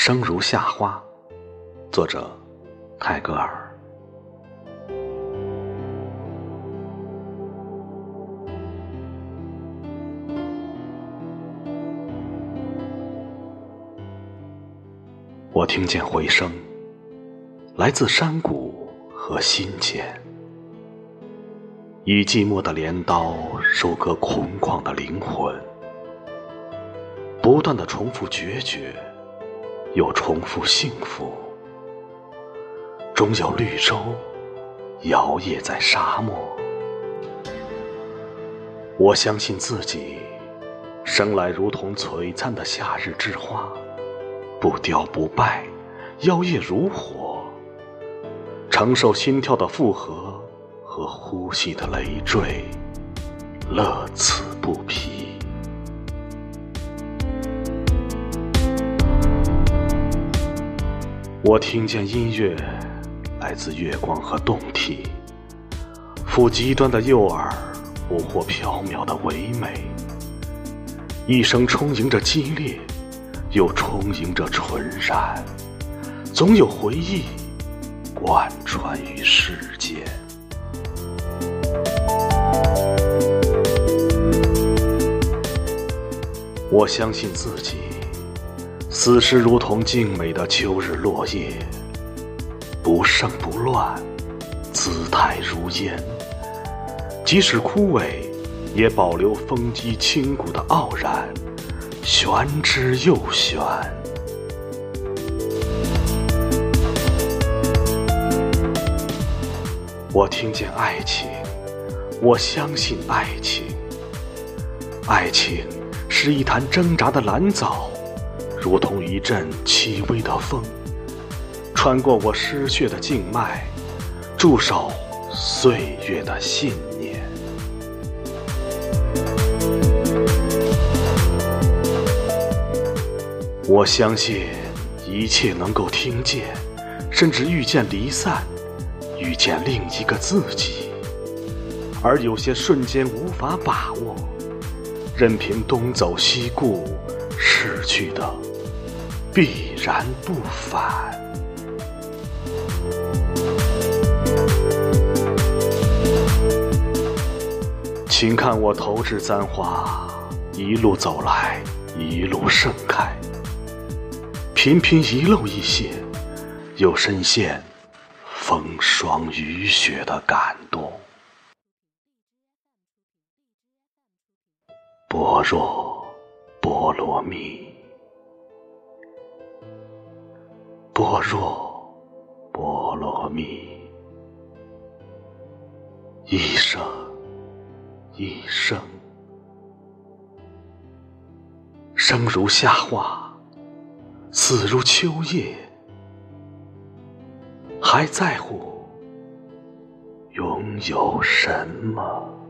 生如夏花，作者泰戈尔。我听见回声，来自山谷和心间，以寂寞的镰刀收割空旷的灵魂，不断地重复决绝，又重复幸福。终有绿洲摇曳在沙漠。我相信自己生来如同璀璨的夏日之花，不凋不败，妖冶如火，承受心跳的负荷和呼吸的累赘，乐此不疲。我听见音乐来自月光和动体，抚极端的诱饵，捕获缥缈的唯美，一生充盈着激烈，又充盈着纯然，总有回忆贯穿于世间。我相信自己此时如同静美的秋日落叶，不盛不乱，姿态如烟，即使枯萎也保留风肌清骨的傲然，玄之又玄。我听见爱情，我相信爱情。爱情是一潭挣扎的蓝藻，如同一阵轻微的风，穿过我失血的静脉，驻守岁月的信念。我相信一切能够听见，甚至遇见离散，遇见另一个自己，而有些瞬间无法把握，任凭东走西顾，逝去的必然不返。请看我投掷簪花，一路走来，一路盛开，频频遗漏一些，又深陷风霜雨雪的感动。般若波罗蜜，般若波罗蜜，一生一生，生如夏花，死如秋叶，还在乎拥有什么？